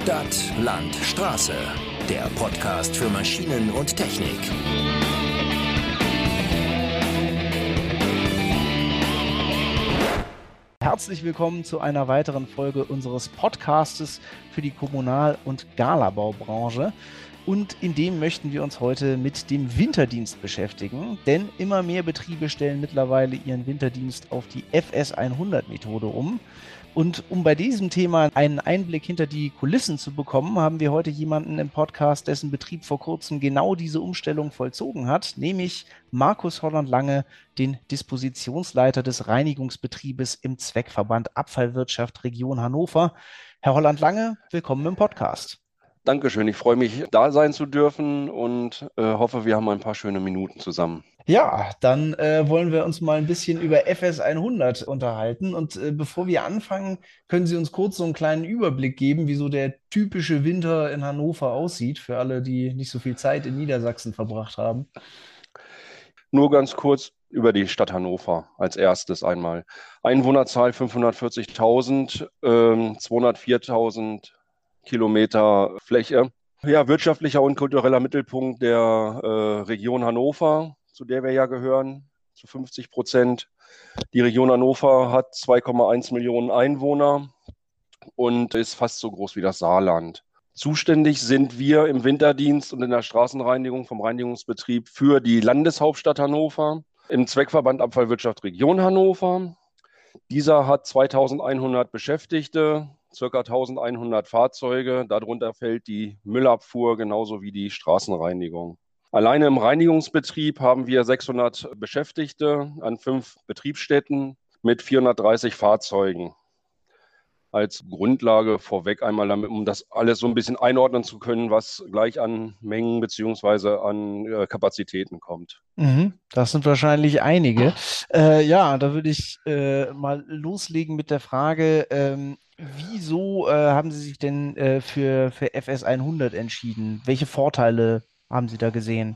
Stadt, Land, Straße. Der Podcast für Maschinen und Technik. Herzlich willkommen zu einer weiteren Folge unseres Podcastes für die Kommunal- und Galabaubranche. Und in dem möchten wir uns heute mit dem Winterdienst beschäftigen, denn immer mehr Betriebe stellen mittlerweile ihren Winterdienst auf die FS100-Methode um. Und um bei diesem Thema einen Einblick hinter die Kulissen zu bekommen, haben wir heute jemanden im Podcast, dessen Betrieb vor kurzem genau diese Umstellung vollzogen hat, nämlich Markus Holland-Lange, den Dispositionsleiter des Reinigungsbetriebes im Zweckverband Abfallwirtschaft Region Hannover. Herr Holland-Lange, willkommen im Podcast. Dankeschön, ich freue mich, da sein zu dürfen und hoffe, wir haben ein paar schöne Minuten zusammen. Ja, dann wollen wir uns mal ein bisschen über FS100 unterhalten. Und bevor wir anfangen, können Sie uns kurz so einen kleinen Überblick geben, wie so der typische Winter in Hannover aussieht, für alle, die nicht so viel Zeit in Niedersachsen verbracht haben. Nur ganz kurz über die Stadt Hannover als erstes einmal. Einwohnerzahl 540.000, 204.000 Kilometer Fläche. Ja, wirtschaftlicher und kultureller Mittelpunkt der Region Hannover, zu der wir ja gehören, zu 50%. Die Region Hannover hat 2,1 Millionen Einwohner und ist fast so groß wie das Saarland. Zuständig sind wir im Winterdienst und in der Straßenreinigung vom Reinigungsbetrieb für die Landeshauptstadt Hannover, im Zweckverband Abfallwirtschaft Region Hannover. Dieser hat 2.100 Beschäftigte, ca. 1.100 Fahrzeuge. Darunter fällt die Müllabfuhr genauso wie die Straßenreinigung. Alleine im Reinigungsbetrieb haben wir 600 Beschäftigte an 5 Betriebsstätten mit 430 Fahrzeugen. Als Grundlage vorweg einmal, damit, um das alles so ein bisschen einordnen zu können, was gleich an Mengen bzw. an Kapazitäten kommt. Das sind wahrscheinlich einige. Ja, da würde ich mal loslegen mit der Frage, wieso haben Sie sich denn für FS100 entschieden? Welche Vorteile haben Sie da gesehen?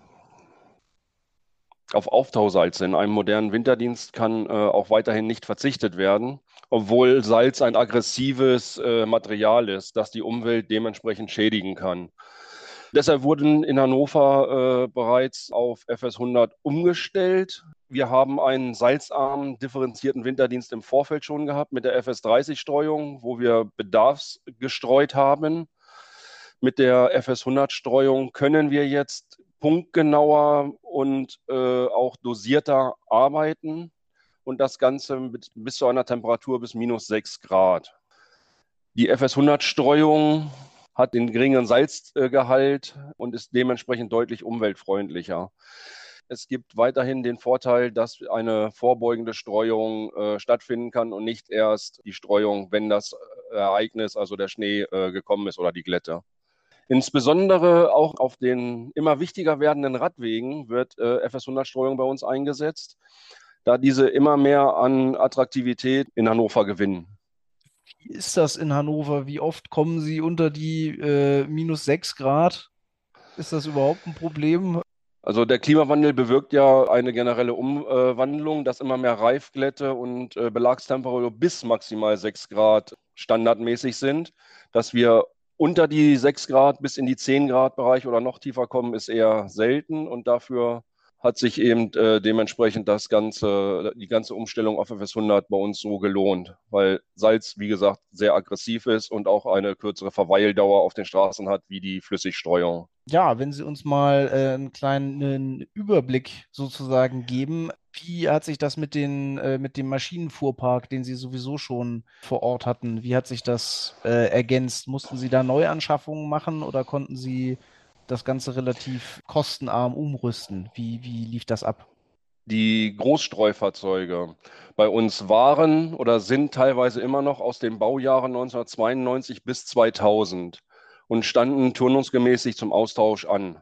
Auf Auftausalze in einem modernen Winterdienst kann auch weiterhin nicht verzichtet werden, obwohl Salz ein aggressives Material ist, das die Umwelt dementsprechend schädigen kann. Deshalb wurden in Hannover bereits auf FS100 umgestellt. Wir haben einen salzarmen, differenzierten Winterdienst im Vorfeld schon gehabt mit der FS30-Streuung, wo wir bedarfsgestreut haben. Mit der FS100-Streuung können wir jetzt punktgenauer und auch dosierter arbeiten und das Ganze bis zu einer Temperatur bis -6 Grad. Die FS100-Streuung hat den geringeren Salzgehalt und ist dementsprechend deutlich umweltfreundlicher. Es gibt weiterhin den Vorteil, dass eine vorbeugende Streuung stattfinden kann und nicht erst die Streuung, wenn das Ereignis, also der Schnee, gekommen ist oder die Glätte. Insbesondere auch auf den immer wichtiger werdenden Radwegen wird FS100-Streuung bei uns eingesetzt, da diese immer mehr an Attraktivität in Hannover gewinnen. Wie ist das in Hannover? Wie oft kommen Sie unter die -6 Grad? Ist das überhaupt ein Problem? Also der Klimawandel bewirkt ja eine generelle Umwandlung, dass immer mehr Reifglätte und Belagstemperatur bis maximal 6 Grad standardmäßig sind. Dass wir unter die 6 Grad bis in die 10 Grad Bereich oder noch tiefer kommen, ist eher selten und dafür hat sich eben dementsprechend die ganze Umstellung auf FS100 bei uns so gelohnt, weil Salz, wie gesagt, sehr aggressiv ist und auch eine kürzere Verweildauer auf den Straßen hat, wie die Flüssigstreuung. Ja, wenn Sie uns mal einen kleinen Überblick sozusagen geben, wie hat sich das mit dem Maschinenfuhrpark, den Sie sowieso schon vor Ort hatten, wie hat sich das ergänzt? Mussten Sie da Neuanschaffungen machen oder konnten Sie das Ganze relativ kostenarm umrüsten? Wie lief das ab? Die Großstreufahrzeuge bei uns waren oder sind teilweise immer noch aus den Baujahren 1992 bis 2000 und standen turnusgemäß zum Austausch an.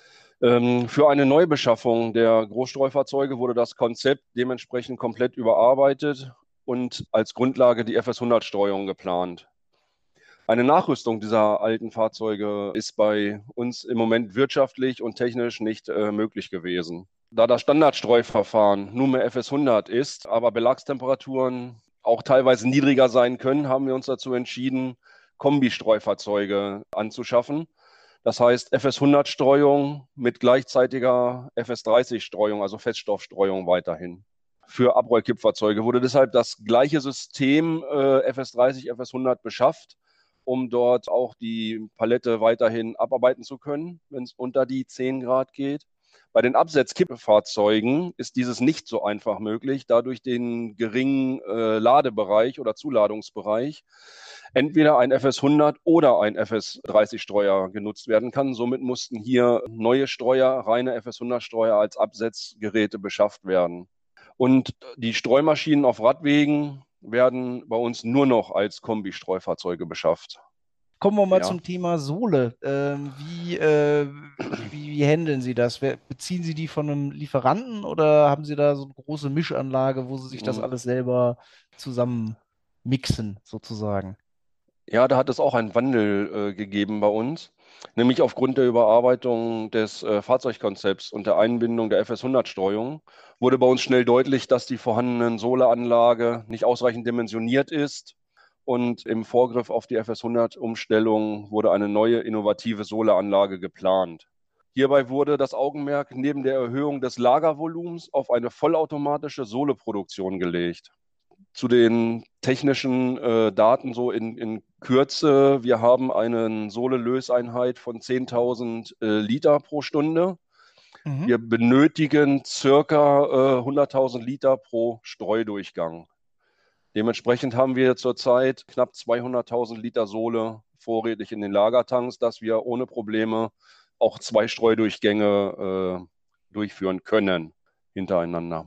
Für eine Neubeschaffung der Großstreufahrzeuge wurde das Konzept dementsprechend komplett überarbeitet und als Grundlage die FS100-Streuung geplant. Eine Nachrüstung dieser alten Fahrzeuge ist bei uns im Moment wirtschaftlich und technisch nicht möglich gewesen. Da das Standardstreuverfahren nunmehr FS100 ist, aber Belagstemperaturen auch teilweise niedriger sein können, haben wir uns dazu entschieden, Kombistreufahrzeuge anzuschaffen. Das heißt FS100-Streuung mit gleichzeitiger FS30-Streuung, also Feststoffstreuung weiterhin. Für Abrollkippfahrzeuge wurde deshalb das gleiche System FS30, FS100 beschafft, um dort auch die Palette weiterhin abarbeiten zu können, wenn es unter die 10 Grad geht. Bei den Absetzkippfahrzeugen ist dieses nicht so einfach möglich, da durch den geringen Ladebereich oder Zuladungsbereich entweder ein FS100 oder ein FS30-Streuer genutzt werden kann. Somit mussten hier neue Streuer, reine FS100-Streuer als Absetzgeräte beschafft werden. Und die Streumaschinen auf Radwegen werden bei uns nur noch als Kombistreufahrzeuge beschafft. Kommen wir mal Ja. zum Thema Sohle. Wie handeln Sie das? Beziehen Sie die von einem Lieferanten oder haben Sie da so eine große Mischanlage, wo Sie sich das alles selber zusammen mixen, sozusagen? Ja, da hat es auch einen Wandel gegeben bei uns, nämlich aufgrund der Überarbeitung des Fahrzeugkonzepts und der Einbindung der FS100-Streuung wurde bei uns schnell deutlich, dass die vorhandenen Sohleanlage nicht ausreichend dimensioniert ist. Und im Vorgriff auf die FS100-Umstellung wurde eine neue innovative Sohleanlage geplant. Hierbei wurde das Augenmerk neben der Erhöhung des Lagervolumens auf eine vollautomatische Sohleproduktion gelegt. Zu den technischen Daten so in Kürze. Wir haben eine Sohle-Löseinheit von 10.000 Liter pro Stunde. Mhm. Wir benötigen circa 100.000 Liter pro Streudurchgang. Dementsprechend haben wir zurzeit knapp 200.000 Liter Sohle vorrätig in den Lagertanks, dass wir ohne Probleme auch 2 Streudurchgänge durchführen können hintereinander.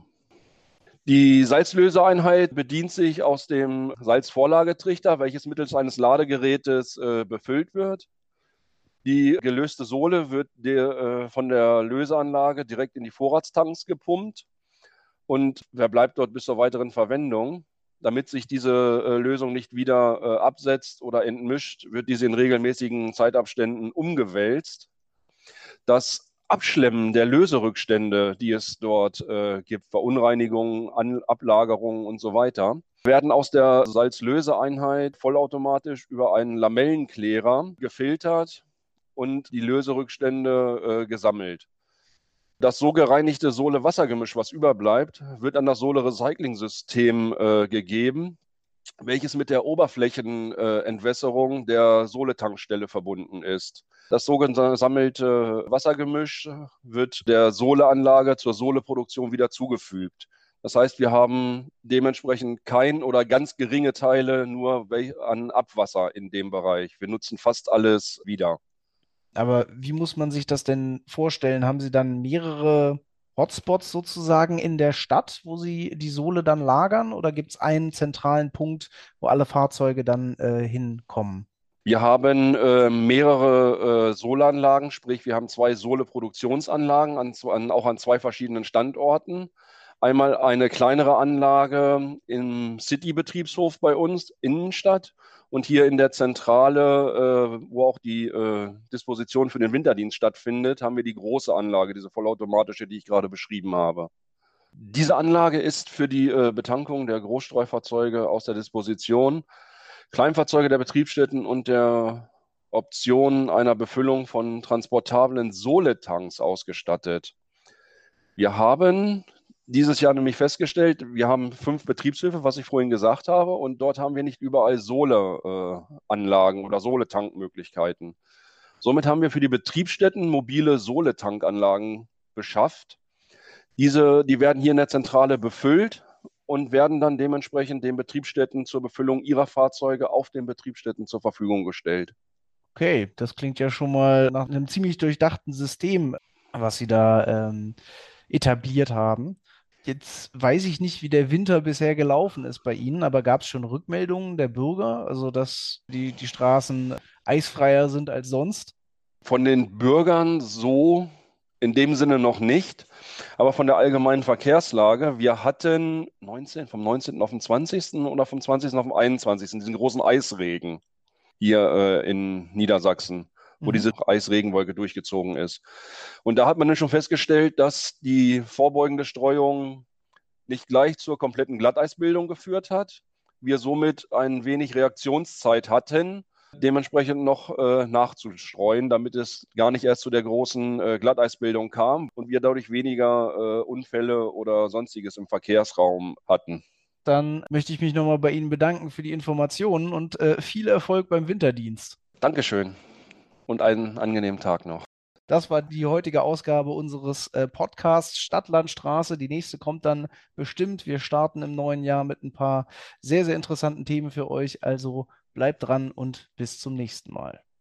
Die Salzlöseeinheit bedient sich aus dem Salzvorlagetrichter, welches mittels eines Ladegerätes befüllt wird. Die gelöste Sohle wird von der Löseanlage direkt in die Vorratstanks gepumpt und verbleibt dort bis zur weiteren Verwendung. Damit sich diese Lösung nicht wieder absetzt oder entmischt, wird diese in regelmäßigen Zeitabständen umgewälzt. Das Abschlemmen der Löserückstände, die es dort gibt, Verunreinigungen, Ablagerungen und so weiter, werden aus der Salzlöseeinheit vollautomatisch über einen Lamellenklärer gefiltert und die Löserückstände gesammelt. Das so gereinigte Sohle-Wasser-Gemisch, was überbleibt, wird an das Sohle-Recycling-System gegeben, welches mit der Oberflächenentwässerung der Sohletankstelle verbunden ist. Das sogenannte gesammelte Wassergemisch wird der Sohleanlage zur Sohleproduktion wieder zugefügt. Das heißt, wir haben dementsprechend kein oder ganz geringe Teile nur an Abwasser in dem Bereich. Wir nutzen fast alles wieder. Aber wie muss man sich das denn vorstellen? Haben Sie dann mehrere Hotspots sozusagen in der Stadt, wo Sie die Sohle dann lagern? Oder gibt es einen zentralen Punkt, wo alle Fahrzeuge dann hinkommen? Wir haben mehrere Sohlanlagen, sprich wir haben 2 Sohleproduktionsanlagen auch an 2 verschiedenen Standorten. Einmal eine kleinere Anlage im City-Betriebshof bei uns, Innenstadt, und hier in der Zentrale, wo auch die Disposition für den Winterdienst stattfindet, haben wir die große Anlage, diese vollautomatische, die ich gerade beschrieben habe. Diese Anlage ist für die Betankung der Großstreufahrzeuge aus der Disposition, Kleinfahrzeuge der Betriebsstätten und der Option einer Befüllung von transportablen Sohletanks ausgestattet. Wir haben dieses Jahr nämlich festgestellt, wir haben 5 Betriebshöfe, was ich vorhin gesagt habe, und dort haben wir nicht überall Sohleanlagen oder Sohletankmöglichkeiten. Somit haben wir für die Betriebsstätten mobile Sohletankanlagen beschafft. Die werden hier in der Zentrale befüllt und werden dann dementsprechend den Betriebsstätten zur Befüllung ihrer Fahrzeuge auf den Betriebsstätten zur Verfügung gestellt. Okay, das klingt ja schon mal nach einem ziemlich durchdachten System, was Sie da etabliert haben. Jetzt weiß ich nicht, wie der Winter bisher gelaufen ist bei Ihnen, aber gab es schon Rückmeldungen der Bürger, also dass die Straßen eisfreier sind als sonst? Von den Bürgern so in dem Sinne noch nicht, aber von der allgemeinen Verkehrslage. Wir hatten vom 19. auf den 20. oder vom 20. auf den 21. diesen großen Eisregen hier in Niedersachsen, wo diese Eisregenwolke durchgezogen ist. Und da hat man dann schon festgestellt, dass die vorbeugende Streuung nicht gleich zur kompletten Glatteisbildung geführt hat. Wir somit ein wenig Reaktionszeit hatten, dementsprechend noch nachzustreuen, damit es gar nicht erst zu der großen Glatteisbildung kam und wir dadurch weniger Unfälle oder sonstiges im Verkehrsraum hatten. Dann möchte ich mich nochmal bei Ihnen bedanken für die Informationen und viel Erfolg beim Winterdienst. Dankeschön und einen angenehmen Tag noch. Das war die heutige Ausgabe unseres Podcasts Stadt, Land, Straße. Die nächste kommt dann bestimmt. Wir starten im neuen Jahr mit ein paar sehr, sehr interessanten Themen für euch. Also bleibt dran und bis zum nächsten Mal.